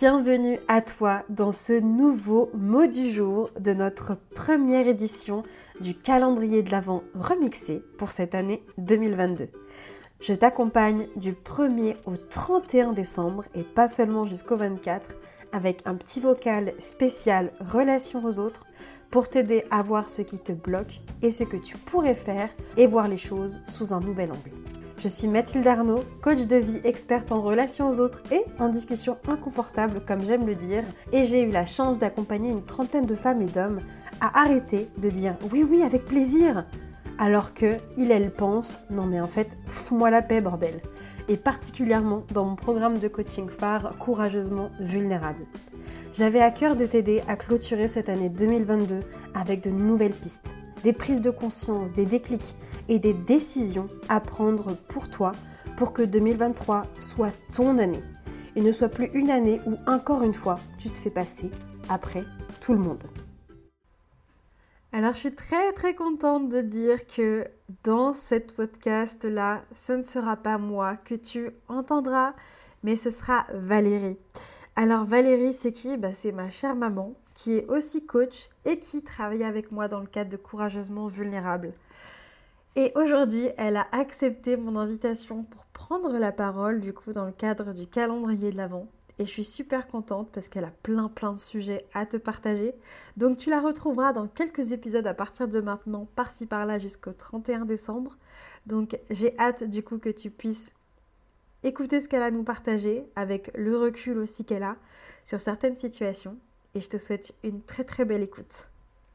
bienvenue à toi dans ce nouveau mot du jour de notre première édition du calendrier de l'Avent remixé pour cette année 2022. Je t'accompagne du 1er au 31 décembre et pas seulement jusqu'au 24 avec un petit vocal spécial relation aux autres pour t'aider à voir ce qui te bloque et ce que tu pourrais faire et voir les choses sous un nouvel angle. Je suis Mathilde Arnaud, coach de vie experte en relations aux autres et en discussion inconfortable comme j'aime le dire, et j'ai eu la chance d'accompagner une trentaine de femmes et d'hommes à arrêter de dire oui avec plaisir, alors que elles pensent non mais en fait fous-moi la paix bordel, et particulièrement dans mon programme de coaching phare Courageusement Vulnérable. J'avais à cœur de t'aider à clôturer cette année 2022 avec de nouvelles pistes, des prises de conscience, des déclics et des décisions à prendre pour toi pour que 2023 soit ton année et ne soit plus une année où encore une fois tu te fais passer après tout le monde. Alors je suis très contente de dire que dans cette podcast là, ce ne sera pas moi que tu entendras, mais ce sera Valérie. Alors Valérie, c'est qui ? C'est ma chère maman qui est aussi coach et qui travaille avec moi dans le cadre de Courageusement Vulnérable. Et aujourd'hui, elle a accepté mon invitation pour prendre la parole du coup dans le cadre du calendrier de l'Avent. Et je suis super contente parce qu'elle a plein de sujets à te partager. Donc tu la retrouveras dans quelques épisodes à partir de maintenant, par-ci par-là jusqu'au 31 décembre. Donc j'ai hâte du coup que tu puisses écouter ce qu'elle a à nous partager avec le recul aussi qu'elle a sur certaines situations. Et je te souhaite une très belle écoute.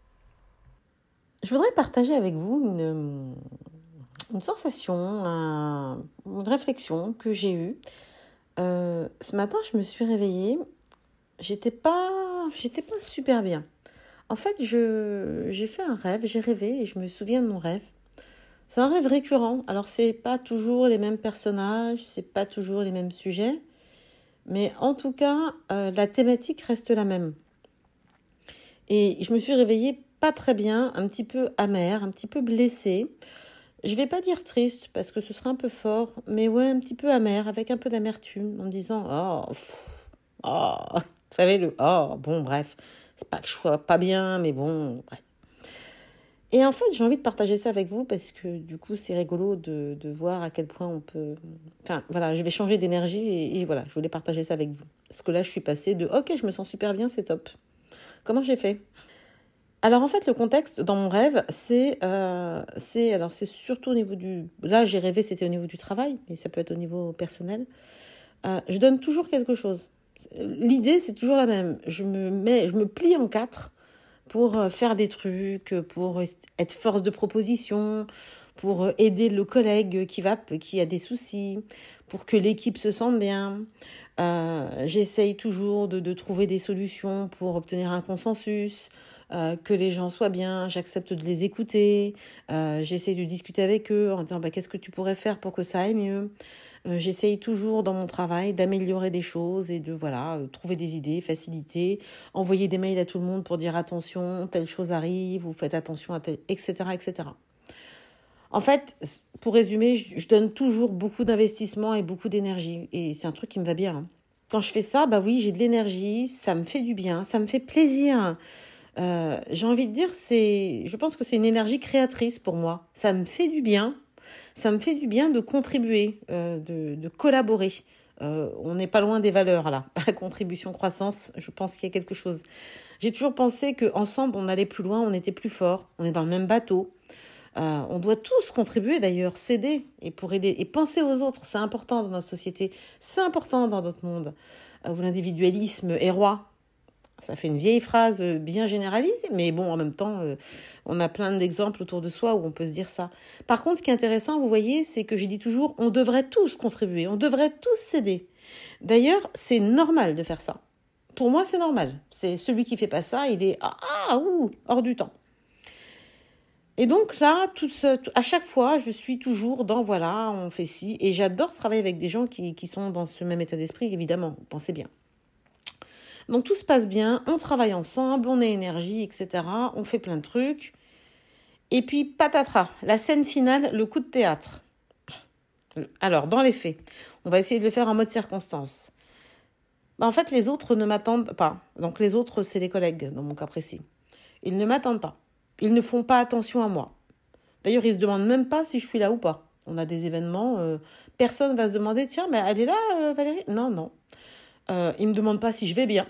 Je voudrais partager avec vous une sensation, une réflexion que j'ai eue. Ce matin, je me suis réveillée, j'étais pas super bien. En fait, j'ai fait un rêve, j'ai rêvé et je me souviens de mon rêve. C'est un rêve récurrent. Alors, c'est pas toujours les mêmes personnages, c'est pas toujours les mêmes sujets, mais en tout cas, la thématique reste la même. Et je me suis réveillée pas très bien, un petit peu amère, un petit peu blessée. Je vais pas dire triste parce que ce serait un peu fort, mais ouais, un petit peu amère, avec un peu d'amertume, en me disant vous savez bon bref, c'est pas que je sois pas bien, mais bon bref. Et en fait, j'ai envie de partager ça avec vous parce que du coup, c'est rigolo de voir à quel point on peut. Enfin voilà, je vais changer d'énergie et voilà, je voulais partager ça avec vous. Parce que là, je suis passée de ok, je me sens super bien, c'est top. Comment j'ai fait ? Alors en fait, le contexte dans mon rêve, c'est surtout au niveau du... Là, j'ai rêvé, c'était au niveau du travail, mais ça peut être au niveau personnel. Je donne toujours quelque chose. L'idée, c'est toujours la même. Je me plie en quatre pour faire des trucs, pour être force de proposition, pour aider le collègue qui a des soucis, pour que l'équipe se sente bien. J'essaye toujours de trouver des solutions pour obtenir un consensus, que les gens soient bien, j'accepte de les écouter, j'essaye de discuter avec eux en disant qu'est-ce que tu pourrais faire pour que ça aille mieux. J'essaye toujours dans mon travail d'améliorer des choses et de trouver des idées, faciliter, envoyer des mails à tout le monde pour dire attention, telle chose arrive, vous faites attention à telle, etc., etc. En fait, pour résumer, je donne toujours beaucoup d'investissement et beaucoup d'énergie. Et c'est un truc qui me va bien. Quand je fais ça, oui, j'ai de l'énergie, ça me fait du bien, ça me fait plaisir. J'ai envie de dire, je pense que c'est une énergie créatrice pour moi. Ça me fait du bien. Ça me fait du bien de contribuer, de collaborer. On n'est pas loin des valeurs, là. La contribution, croissance, je pense qu'il y a quelque chose. J'ai toujours pensé qu'ensemble, on allait plus loin, on était plus fort, on est dans le même bateau. On doit tous contribuer d'ailleurs, s'aider et pour aider et penser aux autres. C'est important dans notre société, c'est important dans notre monde où l'individualisme est roi. Ça fait une vieille phrase bien généralisée, mais bon, en même temps, on a plein d'exemples autour de soi où on peut se dire ça. Par contre, ce qui est intéressant, vous voyez, c'est que j'ai dit toujours, on devrait tous contribuer, on devrait tous s'aider. D'ailleurs, c'est normal de faire ça. Pour moi, c'est normal. C'est celui qui fait pas ça, il est hors du temps. Et donc là, à chaque fois, je suis toujours dans on fait ci. Et j'adore travailler avec des gens qui sont dans ce même état d'esprit, évidemment, pensez bien. Donc tout se passe bien, on travaille ensemble, on est énergie, etc. On fait plein de trucs. Et puis, patatras, la scène finale, le coup de théâtre. Alors, dans les faits, on va essayer de le faire en mode circonstance. En fait, les autres ne m'attendent pas. Donc, les autres, c'est les collègues, dans mon cas précis. Ils ne m'attendent pas. Ils ne font pas attention à moi. D'ailleurs, ils ne se demandent même pas si je suis là ou pas. On a des événements, personne ne va se demander, tiens, mais elle est là, Valérie? Non, non. Ils ne me demandent pas si je vais bien.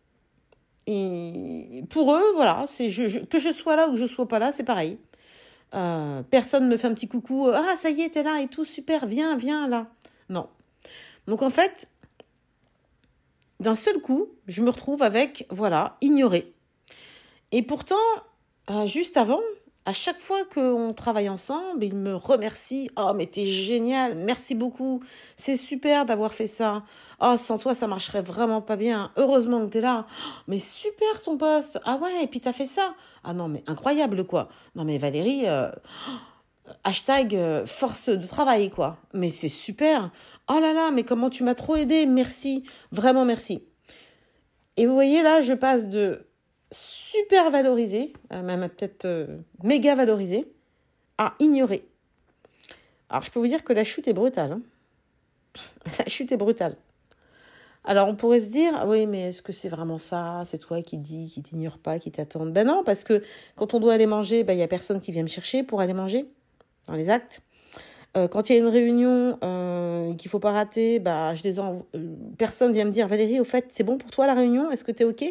Et pour eux, voilà, que je sois là ou que je ne sois pas là, c'est pareil. Personne ne me fait un petit coucou, ah, ça y est, t'es là et tout, super, viens, viens, là. Non. Donc, en fait, d'un seul coup, je me retrouve avec, voilà, ignoré. Et pourtant, juste avant, à chaque fois qu'on travaille ensemble, il me remercie. Oh, mais t'es génial, merci beaucoup. C'est super d'avoir fait ça. Oh, sans toi, ça marcherait vraiment pas bien. Heureusement que t'es là. Oh, mais super ton poste. Ah ouais, et puis t'as fait ça. Ah non, mais incroyable quoi. Non mais Valérie, hashtag force de travail quoi. Mais c'est super. Oh là là, mais comment tu m'as trop aidé. Merci, vraiment merci. Et vous voyez là, je passe de super valorisé, même peut-être méga valorisé, à ignorer. Alors, je peux vous dire que la chute est brutale. Hein. La chute est brutale. Alors, on pourrait se dire, oui, mais est-ce que c'est vraiment ça? C'est toi qui dis, qui t'ignore pas, qui t'attend? Ben non, parce que quand on doit aller manger, il y a personne qui vient me chercher pour aller manger dans les actes. Quand il y a une réunion qu'il faut pas rater, personne vient me dire, Valérie, au fait, c'est bon pour toi la réunion? Est-ce que tu es OK?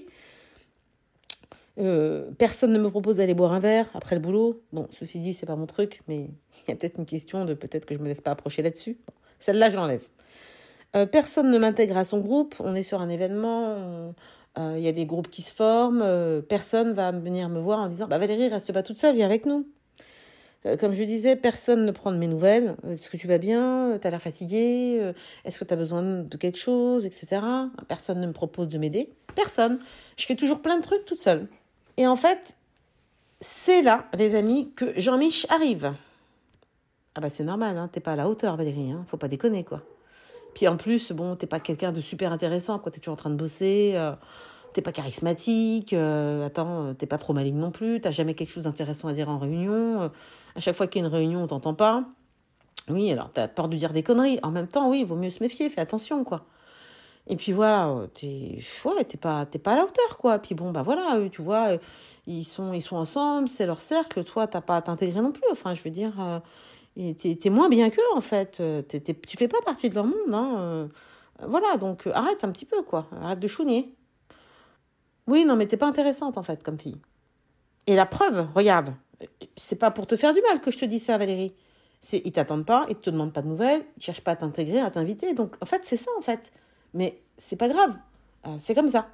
Personne ne me propose d'aller boire un verre après le boulot. Bon, ceci dit, c'est pas mon truc, mais il y a peut-être une question de peut-être que je me laisse pas approcher là-dessus. Bon, celle-là, je l'enlève. Personne ne m'intègre à son groupe. On est sur un événement, il y a des groupes qui se forment. Personne va venir me voir en disant Valérie, reste pas toute seule, viens avec nous. Comme je disais, personne ne prend de mes nouvelles. Est-ce que tu vas bien? T'as l'air fatiguée? Est-ce que tu as besoin de quelque chose, etc. Personne ne me propose de m'aider. Personne. Je fais toujours plein de trucs toute seule. Et en fait, c'est là, les amis, que Jean-Mich arrive. Ah c'est normal, hein, t'es pas à la hauteur, Valérie, hein, faut pas déconner, quoi. Puis en plus, bon, t'es pas quelqu'un de super intéressant, quoi, t'es toujours en train de bosser, t'es pas charismatique, t'es pas trop maligne non plus, t'as jamais quelque chose d'intéressant à dire en réunion, à chaque fois qu'il y a une réunion, on t'entend pas. Oui, alors t'as peur de dire des conneries, en même temps, oui, il vaut mieux se méfier, fais attention, quoi. Et puis voilà, t'es pas à la hauteur, quoi. Puis bon, voilà, tu vois, ils sont ensemble, c'est leur cercle. Toi, t'as pas à t'intégrer non plus. Enfin, je veux dire, t'es moins bien qu'eux, en fait. Tu fais pas partie de leur monde, hein. Voilà, donc arrête un petit peu, quoi. Arrête de chougner. Oui, non, mais t'es pas intéressante, en fait, comme fille. Et la preuve, regarde, c'est pas pour te faire du mal que je te dis ça, Valérie. Ils t'attendent pas, ils te demandent pas de nouvelles, ils cherchent pas à t'intégrer, à t'inviter. Donc, en fait, c'est ça, en fait. Mais c'est pas grave, c'est comme ça.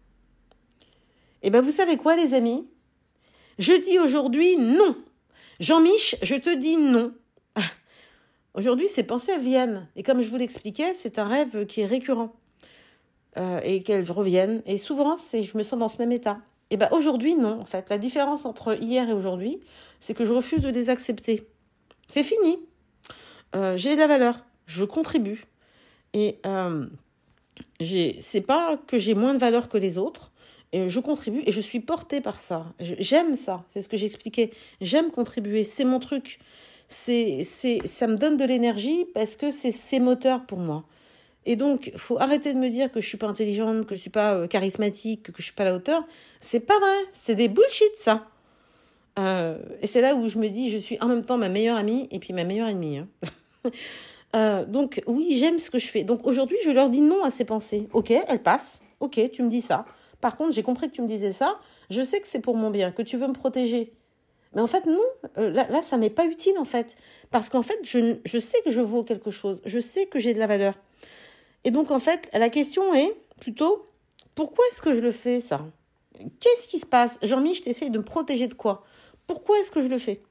Et vous savez quoi, les amis? Je dis aujourd'hui non. Jean-Mich, je te dis non. Aujourd'hui, c'est penser à Vienne. Et comme je vous l'expliquais, c'est un rêve qui est récurrent. Et qu'elle revienne. Et souvent, je me sens dans ce même état. Et aujourd'hui, non, en fait. La différence entre hier et aujourd'hui, c'est que je refuse de les accepter. C'est fini. J'ai de la valeur. Je contribue. Et c'est pas que j'ai moins de valeur que les autres. Et je contribue et je suis portée par ça. J'aime ça. C'est ce que j'expliquais. J'aime contribuer. C'est mon truc. Ça me donne de l'énergie parce que c'est moteur pour moi. Et donc, faut arrêter de me dire que je suis pas intelligente, que je suis pas charismatique, que je suis pas à la hauteur. C'est pas vrai. C'est des bullshit, ça. Et c'est là où je me dis, je suis en même temps ma meilleure amie et puis ma meilleure ennemie. Hein. Donc, oui, j'aime ce que je fais. Donc, aujourd'hui, je leur dis non à ces pensées. Ok, elles passent. Ok, tu me dis ça. Par contre, j'ai compris que tu me disais ça. Je sais que c'est pour mon bien, que tu veux me protéger. Mais en fait, non. Là, ça m'est pas utile, en fait. Parce qu'en fait, je sais que je vaux quelque chose. Je sais que j'ai de la valeur. Et donc, en fait, la question est plutôt, pourquoi est-ce que je le fais, ça? Qu'est-ce qui se passe? Jean-Mich, t'essayes de me protéger de quoi? Pourquoi est-ce que je le fais?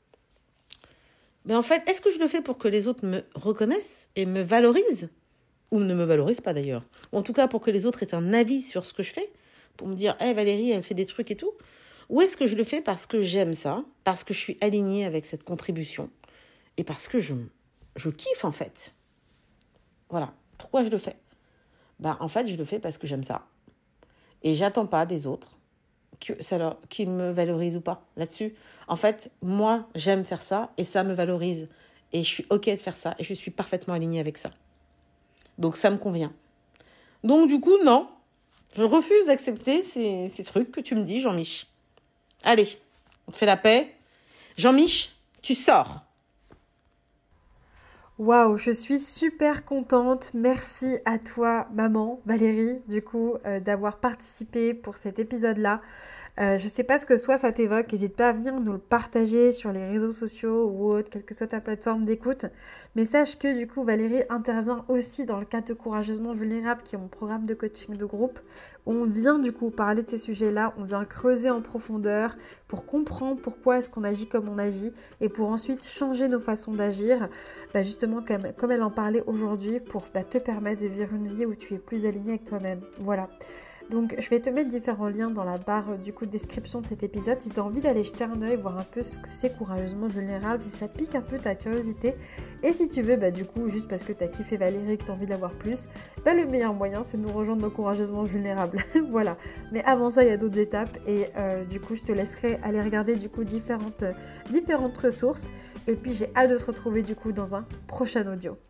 En fait, est-ce que je le fais pour que les autres me reconnaissent et me valorisent? Ou ne me valorisent pas, d'ailleurs. Ou en tout cas, pour que les autres aient un avis sur ce que je fais? Pour me dire, hey, Valérie, elle fait des trucs et tout? Ou est-ce que je le fais parce que j'aime ça? Parce que je suis alignée avec cette contribution? Et parce que je kiffe, en fait. Voilà. Pourquoi je le fais? En fait, je le fais parce que j'aime ça. Et j'attends pas des autres qu'ils me valorisent ou pas là-dessus. En fait, moi, j'aime faire ça et ça me valorise. Et je suis OK de faire ça et je suis parfaitement alignée avec ça. Donc, ça me convient. Donc, du coup, non. Je refuse d'accepter ces trucs que tu me dis, Jean-Mich. Allez, on te fait la paix. Jean-Mich, tu sors. Waouh, je suis super contente. Merci à toi, maman, Valérie, du coup, d'avoir participé pour cet épisode-là. Je sais pas ce que soit ça t'évoque, n'hésite pas à venir nous le partager sur les réseaux sociaux ou autre, quelle que soit ta plateforme d'écoute. Mais sache que du coup Valérie intervient aussi dans le cadre de Courageusement Vulnérable, qui est mon programme de coaching de groupe, où on vient du coup parler de ces sujets-là, on vient creuser en profondeur pour comprendre pourquoi est-ce qu'on agit comme on agit et pour ensuite changer nos façons d'agir, justement comme elle en parlait aujourd'hui, pour te permettre de vivre une vie où tu es plus aligné avec toi-même. Voilà. Donc je vais te mettre différents liens dans la barre de description de cet épisode si tu as envie d'aller jeter un œil, voir un peu ce que c'est Courageusement Vulnérable, si ça pique un peu ta curiosité. Et si tu veux, juste parce que tu as kiffé Valérie et que tu as envie d'avoir plus, le meilleur moyen c'est de nous rejoindre dans Courageusement Vulnérable. Voilà. Mais avant ça, il y a d'autres étapes et je te laisserai aller regarder différentes ressources. Et puis j'ai hâte de te retrouver dans un prochain audio.